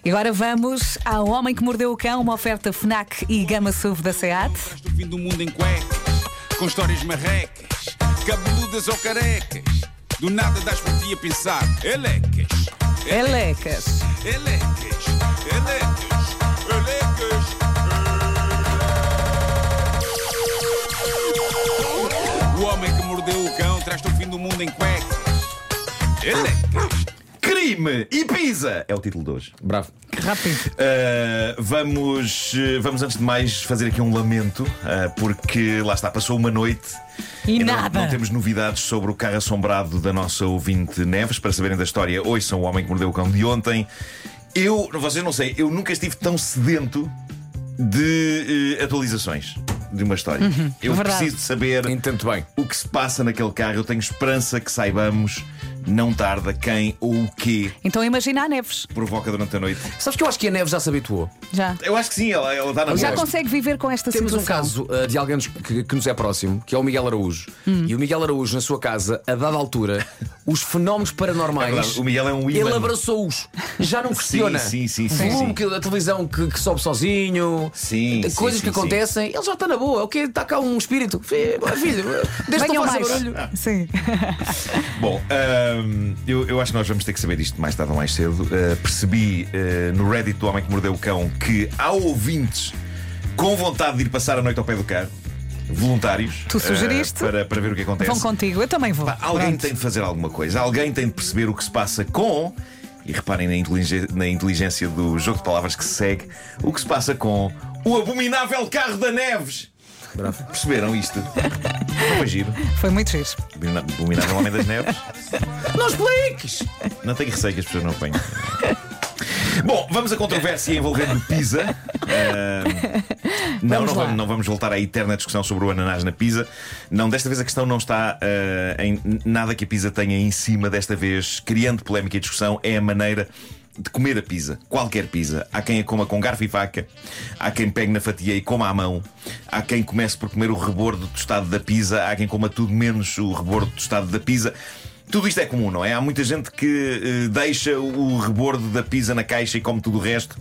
E agora vamos ao Homem que Mordeu o Cão, uma oferta FNAC e Gama SUV da SEAT. Do fim do mundo em cuecas, com histórias marrecas, cabeludas ou carecas. Do nada das por ti a pensar. Elecas, Elecas. elecas, elecas, elecas. O homem que mordeu o cão traz-te o fim do mundo em cuecas. Elecas. Crime e Pisa é o título de hoje. Bravo. Rápido. Vamos antes de mais fazer aqui um lamento, porque lá está, passou uma noite E não- nada. Não temos novidades sobre o carro assombrado da nossa ouvinte Neves. Para saberem da história, ouçam O Homem que Mordeu o Cão de ontem. Vocês não sei, eu nunca estive tão sedento de atualizações de uma história. Eu verdade. preciso de saber Entendo bem. o que se passa naquele carro. Eu tenho esperança que saibamos, não tarda, quem ou o quê Então imagina a Neves. provoca durante a noite. Sabes que eu acho que a Neves já se habituou. Já. Eu acho que sim, ela está na Já boa. consegue viver com esta Temos um situação. caso de alguém que nos é próximo, que é o Miguel Araújo. E o Miguel Araújo, na sua casa, a dada altura, os fenómenos É paranormais. verdade, o Miguel é um imã. Ele abraçou-os. Já não questiona. Sim. Volume da televisão que sobe sozinho. Sim, Coisas sim, que sim. acontecem. Ele já está na boa. O que está cá um espírito. Filho, desde que Venham não faça mais. barulho. Sim. Bom, eu acho que nós vamos ter que saber isto mais tarde ou mais cedo. Percebi no Reddit do Homem que Mordeu o Cão que há ouvintes com vontade de ir passar a noite ao pé do carro, voluntários, Tu sugeriste? para ver o que acontece. Vão contigo, eu também vou. Pá, alguém Pronto. tem de fazer alguma coisa, alguém tem de perceber o que se passa com. E reparem na inteligência do jogo de palavras que se segue, o que se passa com o abominável carro da Neves. Bravo. Perceberam isto? Não foi giro. Foi muito giro. Abominável Homem das Neves. Não expliques! Não tenho receio que as pessoas não apanhem. Bom, vamos à controvérsia envolvendo Pisa. Vamos lá. Não vamos voltar à eterna discussão sobre o ananás na pizza. Não, desta vez a questão não está em nada que a pizza tenha em cima. Desta vez, criando polémica e discussão, é a maneira de comer a pizza. Qualquer pizza. Há quem a coma com garfo e faca, há quem pegue na fatia e coma à mão, há quem comece por comer o rebordo tostado da pizza, há quem coma tudo menos o rebordo tostado da pizza. Tudo isto é comum, não é? Há muita gente que deixa o rebordo da pizza na caixa e come tudo o resto.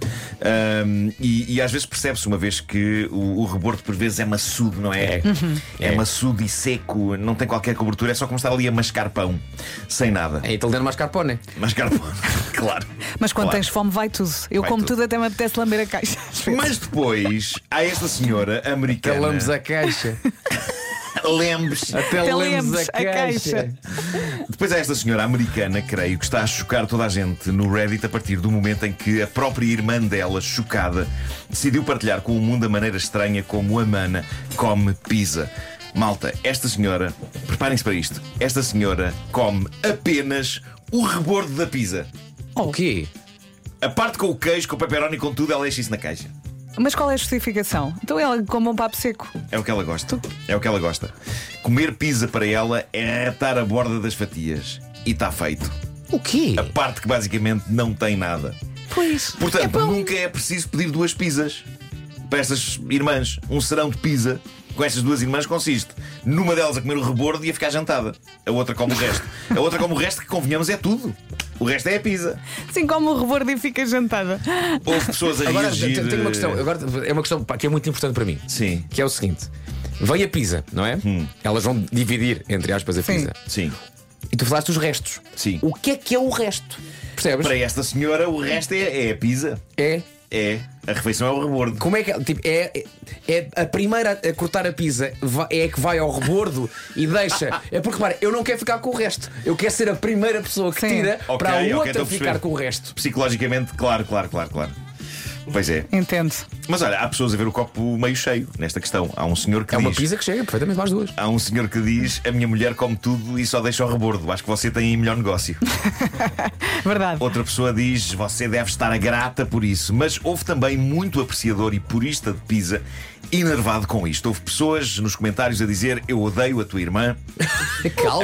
E às vezes percebe-se, uma vez que o rebordo por vezes é maçudo, não é? É maçudo e seco, não tem qualquer cobertura, é só como estar ali a mascar pão, sem nada. É italiano mascarpone. Mascar pão, claro. Mas quando Claro. tens fome, vai tudo. Eu Vai como tudo. tudo, até me apetece lamber a caixa. às vezes. Mas depois há esta senhora americana. Calamos a caixa. Lembes. Até lemos a caixa. Depois há esta senhora americana, creio, que está a chocar toda a gente no Reddit a partir do momento em que a própria irmã dela, chocada, decidiu partilhar com o mundo a maneira estranha como a mana come pizza. Malta, esta senhora, preparem-se para isto, esta senhora come apenas o rebordo da pizza. O quê? A parte com o queijo, com o pepperoni, com tudo, ela deixa isso na caixa. Mas qual é a justificação? Então ela come um papo seco. É o que ela gosta. É o que ela gosta. Comer pizza para ela é atar a borda das fatias. E está feito. O quê? A parte que basicamente não tem nada. Pois. Portanto, nunca é preciso pedir duas pizzas para estas irmãs. Um serão de pizza com estas duas irmãs consiste numa delas a comer o rebordo e a ficar jantada. A outra come o resto. A outra come o resto, que convenhamos é tudo. O resto é a pizza. Assim como o rebordo e fica jantada. Houve pessoas a Agora reagir. tenho uma questão. Agora é uma questão que é muito importante para mim. Sim. Que é o seguinte: vem a pizza, não é? Elas vão dividir, entre aspas, a Sim. pizza. Sim. E tu falaste os restos. Sim. O que é o resto? Percebes? Para esta senhora, o resto é a pizza. É. É. A refeição é o rebordo. Como é que tipo, é a primeira a cortar a pizza é a que vai ao rebordo e deixa. É porque, repara, eu não quero ficar com o resto. Eu quero ser a primeira pessoa que Sim. tira Ok, para a ok, outra estou a ficar perceber. com o resto. Psicologicamente, claro. Pois é. Entendo. Mas olha, há pessoas a ver o copo meio cheio nesta questão. Há um senhor que É diz. uma pizza que chega perfeitamente para as duas. Há um senhor que diz: a minha mulher come tudo e só deixa o rebordo. Acho que você tem aí melhor negócio. Verdade. Outra pessoa diz: você deve estar grata por isso. Mas houve também muito apreciador e purista de pizza enervado com isto. Houve pessoas nos comentários a dizer: eu odeio a tua irmã. Calma!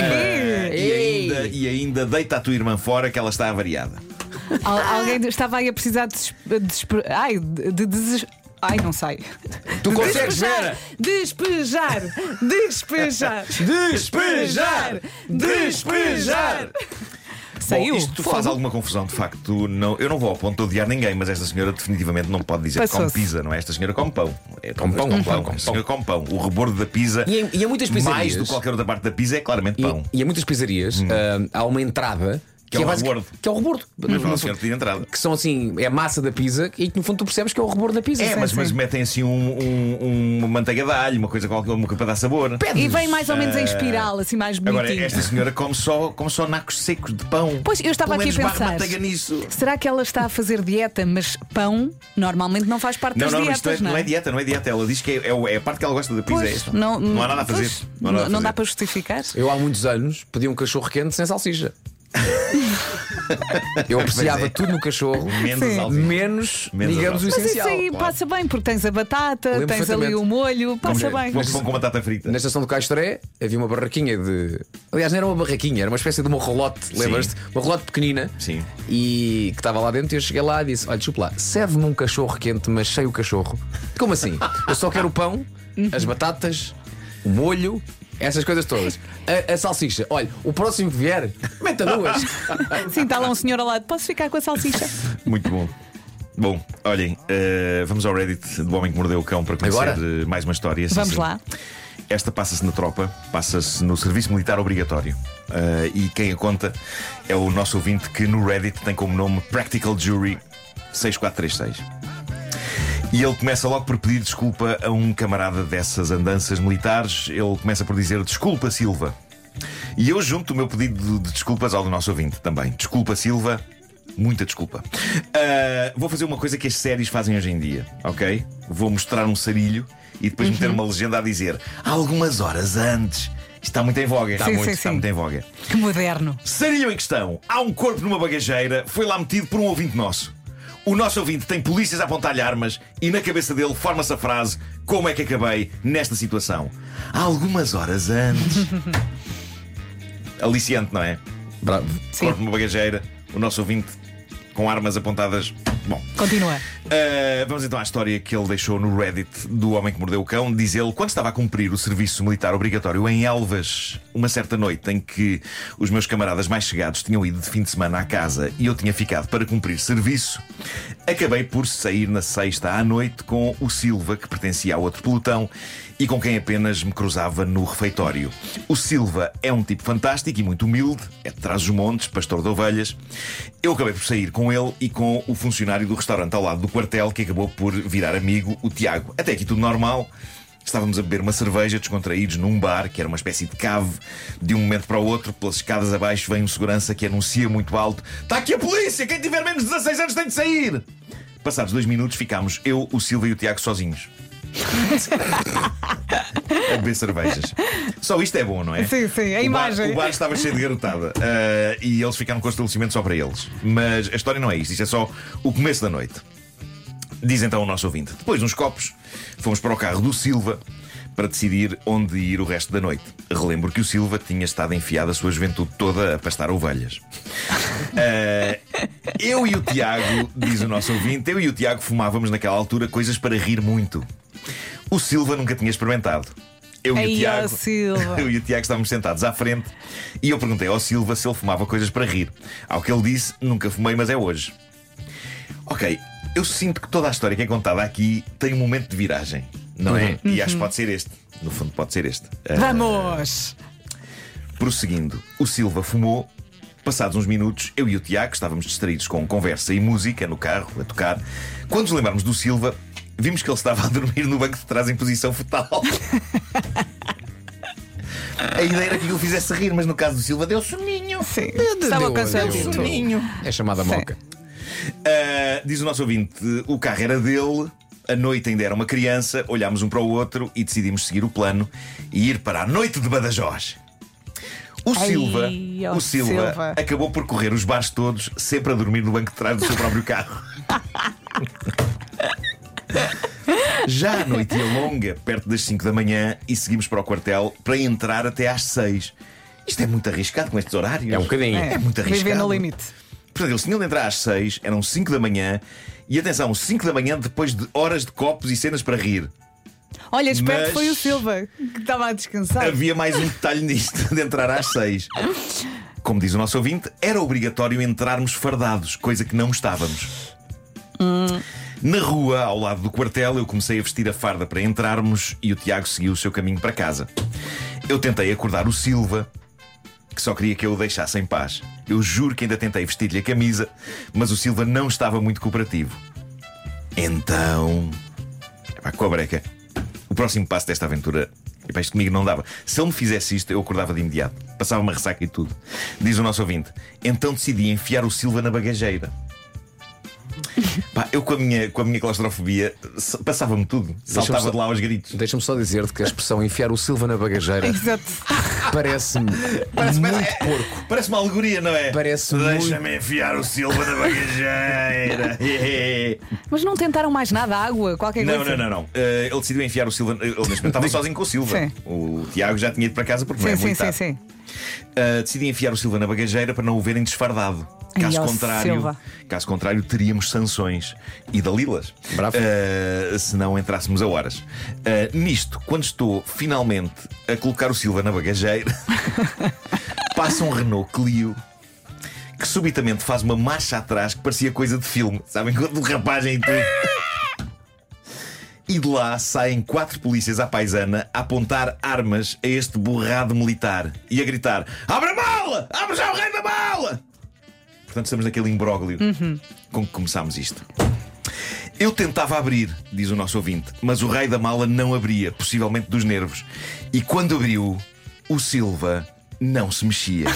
E ainda deita a tua irmã fora que ela está avariada. Alguém estava aí a precisar Ai, não sei. Tu consegues, Vera? Despejar. Saiu. Bom, isto faz alguma confusão, de facto. Eu não vou ao ponto de odiar ninguém, mas esta senhora definitivamente não pode dizer que come Passou-se. pizza, não é? Esta senhora come pão. Come pão, come pão. Esta senhora come pão. O rebordo da pizza, E em muitas pizzarias, mais do que qualquer outra parte da pizza, é claramente pão. E em muitas pizzarias há uma entrada Que é o basic- rebordo. Que é o rebordo. Mas não senhor pedir entrada. Que são assim, é a massa da pizza e que no fundo tu percebes que é o rebordo da pizza. Mas metem assim uma manteiga de alho, uma coisa qualquer, uma coisa para dar sabor. E vem mais ou menos em espiral, assim mais bonitinho. Agora, esta senhora come só nacos secos de pão. Pois, eu estava Pelo aqui a menos barra pensar. manteiga nisso. Será que ela está a fazer dieta, mas pão normalmente não faz parte das Não, dietas, isto não é dieta, não é dieta. Ela diz que é a parte que ela gosta da pizza. Pois, É esta. Não há nada a fazer. pois, Não há nada a não dá fazer. para justificar. Eu há muitos anos pedi um cachorro quente sem salsicha. Eu apreciava Pois é. tudo no cachorro, Menos Sim. salsicha. menos Menos digamos, o salsicha. Mas isso essencial. aí passa bem, porque tens a batata, Lembro tens ali perfeitamente. o molho, passa bem. Mas pão com batata frita. Na estação do Caixtoré havia uma barraquinha de. Aliás, não era uma barraquinha, era uma espécie de uma rolote, lembras-te? Uma rolote pequenina. Sim. E que estava lá dentro. E eu cheguei lá e disse: olha, desculpa lá, serve-me um cachorro quente, mas sem o cachorro. Como assim? Eu só quero o pão, as batatas, o molho. Essas coisas todas. A salsicha, olha, o próximo que vier, meta duas. Sim, está lá um senhor ao lado, posso ficar com a salsicha? Muito bom. Bom, olhem, vamos ao Reddit do Homem que Mordeu o Cão para conhecer Agora? mais uma história. Sim, Vamos sim. lá. Esta passa-se na tropa, passa-se no serviço militar obrigatório. E quem a conta é o nosso ouvinte que no Reddit tem como nome Practical Jury 6436. E ele começa logo por pedir desculpa a um camarada dessas andanças militares. Ele começa por dizer: desculpa, Silva. E eu junto o meu pedido de desculpas ao do nosso ouvinte também. Desculpa, Silva. Muita desculpa. Vou fazer uma coisa que as séries fazem hoje em dia, ok? Vou mostrar um sarilho e depois meter uma legenda a dizer: algumas horas antes. Isto está muito em voga. Está Sim, muito, sim, está sim. muito em voga. Que moderno. Sarilho em questão. Há um corpo numa bagageira. Foi lá metido por um ouvinte nosso. O nosso ouvinte tem polícias a apontar-lhe armas e na cabeça dele forma-se a frase: como é que acabei nesta situação? Há algumas horas antes. Aliciante, não é? Bravo. Sim. Corpo numa bagageira. O nosso ouvinte com armas apontadas. Bom. Continua. Vamos então à história que ele deixou no Reddit do Homem que Mordeu o Cão. Diz ele: quando estava a cumprir o serviço militar obrigatório em Elvas, uma certa noite em que os meus camaradas mais chegados tinham ido de fim de semana à casa e eu tinha ficado para cumprir serviço, acabei por sair na sexta à noite com o Silva, que pertencia a outro pelotão e com quem apenas me cruzava no refeitório. O Silva é um tipo fantástico e muito humilde, é de Trás-os-Montes, pastor de ovelhas. Eu acabei por sair com ele e com o funcionário do restaurante ao lado do quartel, que acabou por virar amigo, o Tiago. Até aqui tudo normal. Estávamos a beber uma cerveja, descontraídos, num bar, que era uma espécie de cave. De um momento para o outro, pelas escadas abaixo, vem um segurança que anuncia muito alto: está aqui a polícia! Quem tiver menos de 16 anos tem de sair! Passados 2 minutos, ficámos eu, o Silva e o Tiago sozinhos. A beber cervejas. Só isto é bom, não é? Sim, sim, a imagem. O bar estava cheio de garotada e eles ficaram com o estabelecimento só para eles. Mas a história não é isto, isto é só o começo da noite. Diz então o nosso ouvinte: depois de uns copos, fomos para o carro do Silva para decidir onde ir o resto da noite. Relembro que o Silva tinha estado enfiado a sua juventude toda a pastar ovelhas. Eu e o Tiago, diz o nosso ouvinte, eu e o Tiago fumávamos naquela altura coisas para rir muito. O Silva nunca tinha experimentado. Eu e o Tiago, Silva. eu e o Tiago estávamos sentados à frente e eu perguntei ao Silva se ele fumava coisas para rir. Ao que ele disse: nunca fumei, mas é hoje. Ok, eu sinto que toda a história que é contada aqui tem um momento de viragem, não é? E acho que pode ser este. No fundo, pode ser este. Vamos! Prosseguindo, o Silva fumou. Passados uns minutos, eu e o Tiago estávamos distraídos com conversa e música no carro, a tocar. Quando nos lembramos do Silva, vimos que ele estava a dormir no banco de trás em posição fetal. A ideia era que ele fizesse rir, mas no caso do Silva deu soninho. Sim. Estava cansado. Soninho. É chamada moca. Diz o nosso ouvinte: o carro era dele, a noite ainda era uma criança, olhámos um para o outro e decidimos seguir o plano e ir para a noite de Badajoz. O Silva acabou por correr os bares todos, sempre a dormir no banco de trás do seu próprio carro. Já a noite ia longa, perto das 5 da manhã, e seguimos para o quartel para entrar até às 6. Isto é muito arriscado com estes horários. É um bocadinho. É muito arriscado. Viver no limite. Portanto, eles tinham de entrar às 6, eram 5 da manhã. E atenção, 5 da manhã depois de horas de copos e cenas para rir. Olha, esperto Mas- foi o Silva, que estava a descansar. Havia mais um detalhe nisto, de entrar às 6. Como diz o nosso ouvinte, era obrigatório entrarmos fardados, coisa que não estávamos. Na rua, ao lado do quartel, eu comecei a vestir a farda para entrarmos e o Tiago seguiu o seu caminho para casa. Eu tentei acordar o Silva, que só queria que eu o deixasse em paz. Eu juro que ainda tentei vestir-lhe a camisa, mas o Silva não estava muito cooperativo. Então... Cobreca, o próximo passo desta aventura... Isto comigo não dava. Se ele me fizesse isto, eu acordava de imediato. Passava uma ressaca e tudo. Diz o nosso ouvinte. Então decidi enfiar o Silva na bagageira. Eu com a minha claustrofobia passava-me tudo. Saltava de lá aos gritos. Deixa-me só dizer-te que a expressão enfiar o Silva na bagageira parece-me muito porco. Parece uma alegoria, não é? Deixa-me enfiar o Silva na bagageira. Mas não tentaram mais nada, água, qualquer coisa? Não. Ele decidiu enfiar o Silva. Ele neste momento estava sozinho com o Silva. Sim. O Tiago já tinha ido para casa porque não é muito tarde. Sim. Decidi enfiar o Silva na bagageira para não o verem desfardado. Caso contrário, teríamos sanções e dalilas. Bravo. Se não entrássemos a horas. Nisto, quando estou finalmente a colocar o Silva na bagageira, passa um Renault Clio que subitamente faz uma marcha atrás que parecia coisa de filme. Sabem? Quando o rapaz em tudo. E de lá saem 4 polícias à paisana a apontar armas a este borrado militar e a gritar: abre a mala! Abre já o rei da mala! Portanto, estamos naquele imbróglio com que começámos isto. Eu tentava abrir, diz o nosso ouvinte, mas o rei da mala não abria, possivelmente dos nervos. E quando abriu, o Silva não se mexia.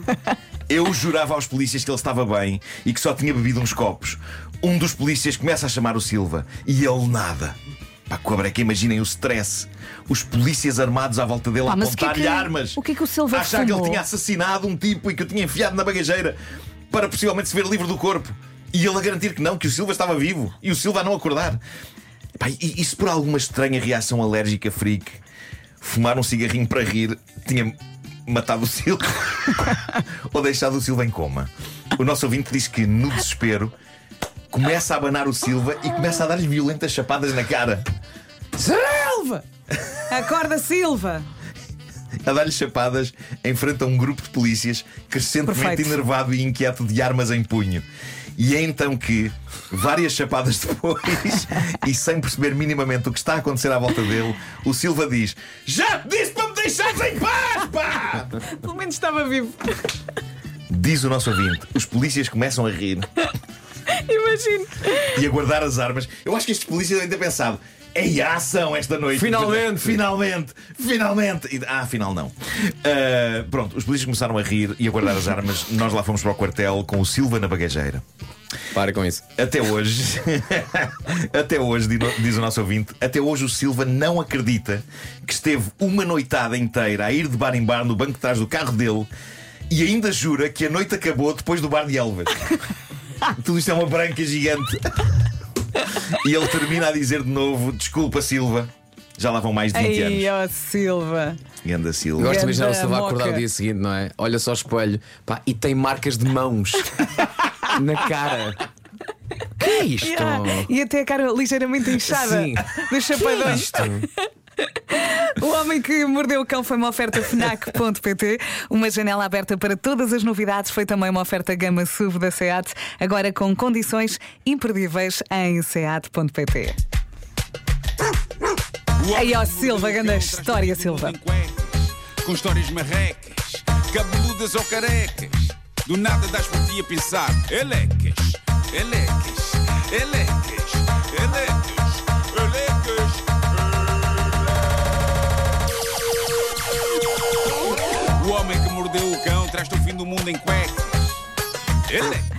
Eu jurava aos polícias que ele estava bem e que só tinha bebido uns copos. Um dos polícias começa a chamar o Silva e ele nada. Cobreca, imaginem o stress. Os polícias armados à volta dele a apontar-lhe armas. O que é que o Silva achar que ele tinha assassinado um tipo e que o tinha enfiado na bagageira para possivelmente se ver livre do corpo. E ele a garantir que não, que o Silva estava vivo e o Silva a não acordar. E se por alguma estranha reação alérgica freak fumar um cigarrinho para rir tinha matado o Silva ou deixado o Silva em coma? O nosso ouvinte diz que no desespero começa a abanar o Silva e começa a dar-lhe violentas chapadas na cara. Silva! Acorda, Silva! A dar-lhe chapadas em frente a um grupo de polícias crescentemente enervado e inquieto de armas em punho. E é então que, várias chapadas depois, e sem perceber minimamente o que está a acontecer à volta dele, o Silva diz: já te disse para me deixares em paz, pá! Pelo menos estava vivo. Diz o nosso ouvinte. Os polícias começam a rir. Imagino. E a guardar as armas. Eu acho que estes polícias devem ter pensado: é a ação esta noite. Finalmente. E, afinal não. Pronto, os polícias começaram a rir e a guardar as armas. Nós lá fomos para o quartel com o Silva na bagageira. Para com isso. Até hoje, diz o nosso ouvinte, até hoje o Silva não acredita que esteve uma noitada inteira a ir de bar em bar no banco de trás do carro dele e ainda jura que a noite acabou depois do bar de Elvas. Tudo isto é uma branca gigante. E ele termina a dizer de novo: desculpa, Silva. Já lá vão mais de 20 anos. Ai, ó Silva. Ganda Silva. Gosto de imaginar o Silva a acordar o dia seguinte, não é? Olha só o espelho, pá, e tem marcas de mãos na cara. Que é isto? E até a cara ligeiramente inchada. Sim. Dos chapadões. O Homem que Mordeu o Cão foi uma oferta FNAC.pt. Uma janela aberta para todas as novidades. Foi também uma oferta gama SUV da SEAT. Agora com condições imperdíveis em SEAT.pt. Aí ó Silva, grande história, Silva. Com histórias marrecas, cabeludas ou carecas. Do nada das por ti a pensar: elecas, elecas, elecas, elecas, elecas. O homem que mordeu o cão traz-te o fim do mundo em cuecas. Elecas.